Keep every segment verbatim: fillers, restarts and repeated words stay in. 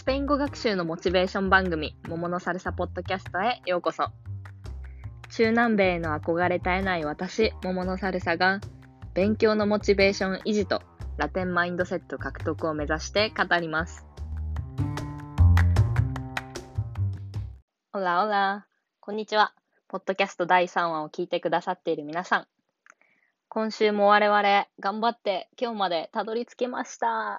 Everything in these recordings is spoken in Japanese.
ペイン語学習のモチベーション番組、桃のサルサポッドキャストへようこそ。中南米への憧れ絶えない私、桃のサルサが、勉強のモチベーション維持とラテンマインドセット獲得を目指して語ります。オラオラ、こんにちは。ポッドキャストだいさんわを聞いてくださっている皆さん。今週も我々頑張って今日までたどり着きました。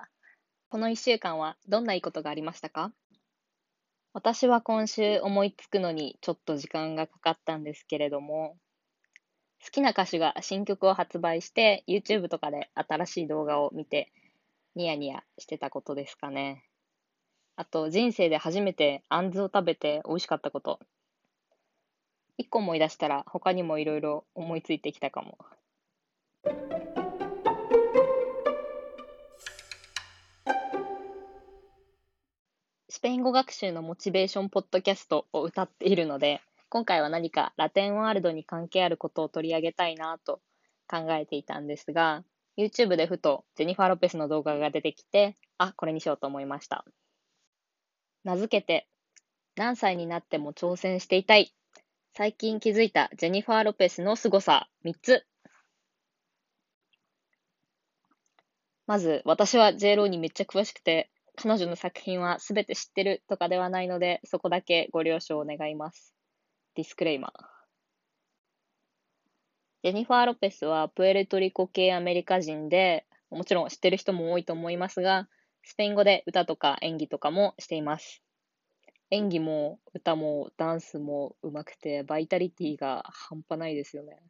このいっしゅうかんはどんないいことがありましたか？私は今週思いつくのにちょっと時間がかかったんですけれども、好きな歌手が新曲を発売して YouTube とかで新しい動画を見てニヤニヤしてたことですかね。あと人生で初めてあんずを食べて美味しかったこと。一個思い出したら他にもいろいろ思いついてきたかも。スペイン語学習のモチベーションポッドキャストを歌っているので、今回は何かラテンワールドに関係あることを取り上げたいなと考えていたんですが、YouTube でふとジェニファー・ロペスの動画が出てきて、あ、これにしようと思いました。名付けて、何歳になっても挑戦していたい。最近気づいたジェニファー・ロペスの凄さみっつ。まず、私は J ローにめっちゃ詳しくて、彼女の作品はすべて知ってるとかではないので、そこだけご了承願います。ディスクレイマー。ジェニファー・ロペスはプエルトリコ系アメリカ人で、もちろん知ってる人も多いと思いますが、スペイン語で歌とか演技とかもしています。演技も歌もダンスも上手くて、バイタリティが半端ないですよね。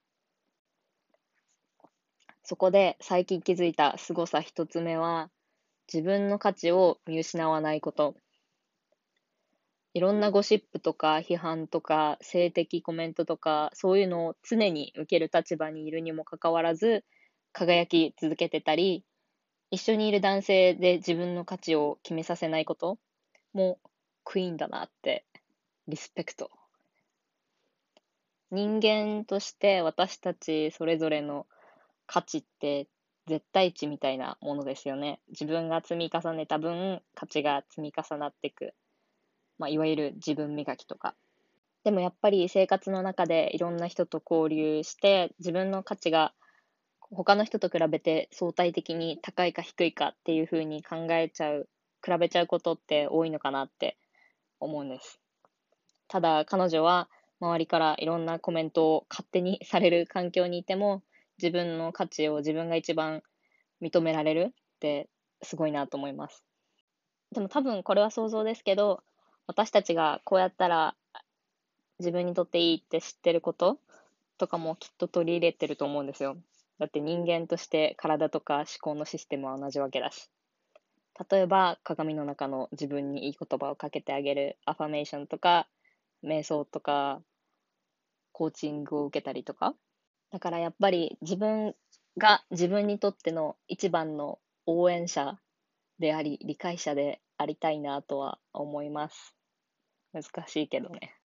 そこで最近気づいた凄さ一つ目は、自分の価値を見失わないこと。いろんなゴシップとか批判とか性的コメントとかそういうのを常に受ける立場にいるにもかかわらず輝き続けてたり、一緒にいる男性で自分の価値を決めさせないこともクイーンだなってリスペクト。人間として私たちそれぞれの価値って絶対値みたいなものですよね。自分が積み重ねた分価値が積み重なっていく、まあ、いわゆる自分磨きとか。でもやっぱり生活の中でいろんな人と交流して自分の価値が他の人と比べて相対的に高いか低いかっていう風に考えちゃう、比べちゃうことって多いのかなって思うんです。ただ彼女は周りからいろんなコメントを勝手にされる環境にいても自分の価値を自分が一番認められるってすごいなと思います。でも多分これは想像ですけど、私たちがこうやったら自分にとっていいって知ってることとかもきっと取り入れてると思うんですよ。だって人間として体とか思考のシステムは同じわけだし。例えば鏡の中の自分にいい言葉をかけてあげるアファメーションとか瞑想とかコーチングを受けたりとか。だからやっぱり自分が自分にとっての一番の応援者であり理解者でありたいなとは思います。難しいけどね。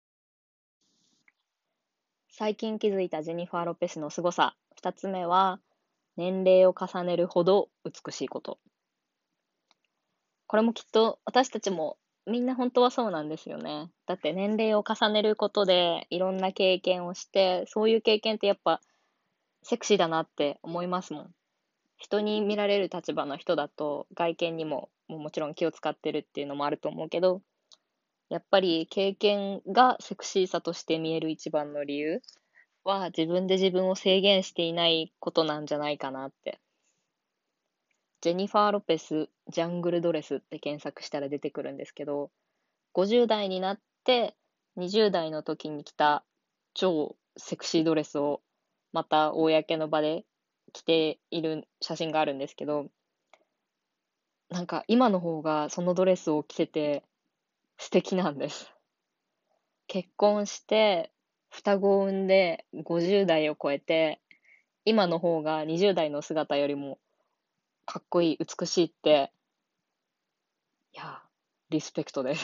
最近気づいたジェニファー・ロペスの凄さ。二つ目は、年齢を重ねるほど美しいこと。これもきっと私たちもみんな本当はそうなんですよね。だって年齢を重ねることでいろんな経験をして、そういう経験ってやっぱセクシーだなって思いますもん。人に見られる立場の人だと外見にももうもちろん気を使ってるっていうのもあると思うけど、やっぱり経験がセクシーさとして見える一番の理由は自分で自分を制限していないことなんじゃないかなって。ジェニファー・ロペスジャングルドレスって検索したら出てくるんですけど、ごじゅう代になってにじゅう代の時に着た超セクシードレスをまた公の場で着ている写真があるんですけど、なんか今の方がそのドレスを着てて素敵なんです。結婚して双子を産んでごじゅう代を超えて今の方がにじゅう代の姿よりもかっこいい美しいって、いやリスペクトです。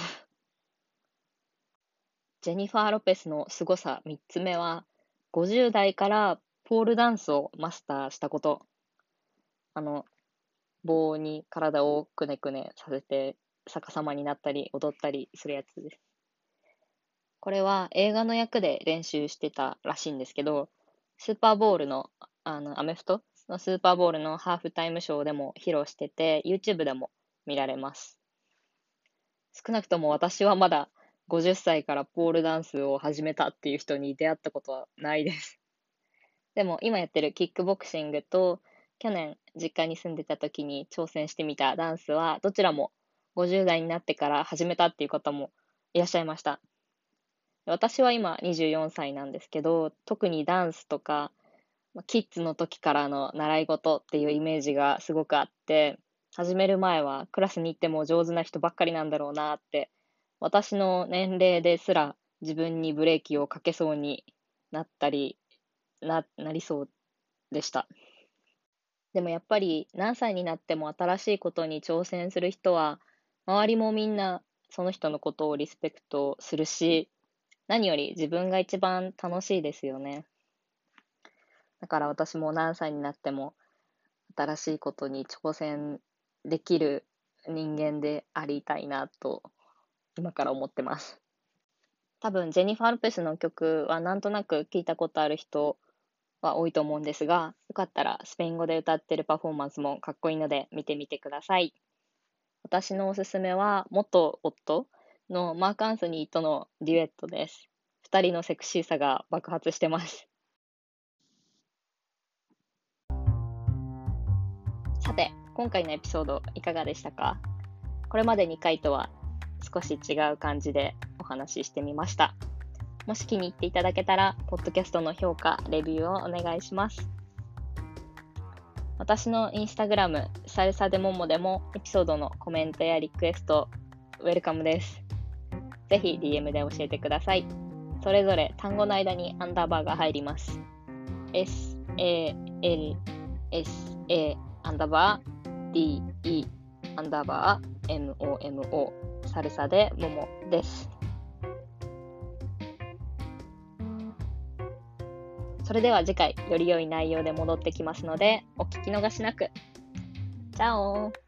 ジェニファー・ロペスの凄さみっつめは、ごじゅう代からポールダンスをマスターしたこと。あの、棒に体をくねくねさせて逆さまになったり踊ったりするやつです。これは映画の役で練習してたらしいんですけど、スーパーボールの、あの、アメフトのスーパーボールのハーフタイムショーでも披露してて、YouTube でも見られます。少なくとも私はまだごじゅっさいからポールダンスを始めたっていう人に出会ったことはないです。でも今やってるキックボクシングと去年実家に住んでた時に挑戦してみたダンスはどちらもごじゅう代になってから始めたっていう方もいらっしゃいました。私は今にじゅうよんさいなんですけど、特にダンスとかキッズの時からの習い事っていうイメージがすごくあって、始める前はクラスに行っても上手な人ばっかりなんだろうなって、私の年齢ですら自分にブレーキをかけそうになったり、な、なりそうでした。でもやっぱり何歳になっても新しいことに挑戦する人は、周りもみんなその人のことをリスペクトするし、何より自分が一番楽しいですよね。だから私も何歳になっても新しいことに挑戦できる人間でありたいなと今から思ってます。多分ジェニファー・ロペスの曲はなんとなく聞いたことある人は多いと思うんですが、よかったらスペイン語で歌ってるパフォーマンスもかっこいいので見てみてください。私のおすすめは元夫のマーク・アンソニーとのデュエットです。二人のセクシーさが爆発してます。さて、今回のエピソードいかがでしたか？これまでにかいとは少し違う感じでお話ししてみました。もし気に入っていただけたら、ポッドキャストの評価、レビューをお願いします。私のインスタグラム、サルサデモモでもエピソードのコメントやリクエスト、ウェルカムです。ぜひ ディーエム で教えてください。それぞれ単語の間にアンダーバーが入ります。エス エー エル エス エー アンダーバー ディー イー アンダーバー エム オー エム オー サルサでモモです。それでは次回より良い内容で戻ってきますのでお聞き逃しなく。チャオ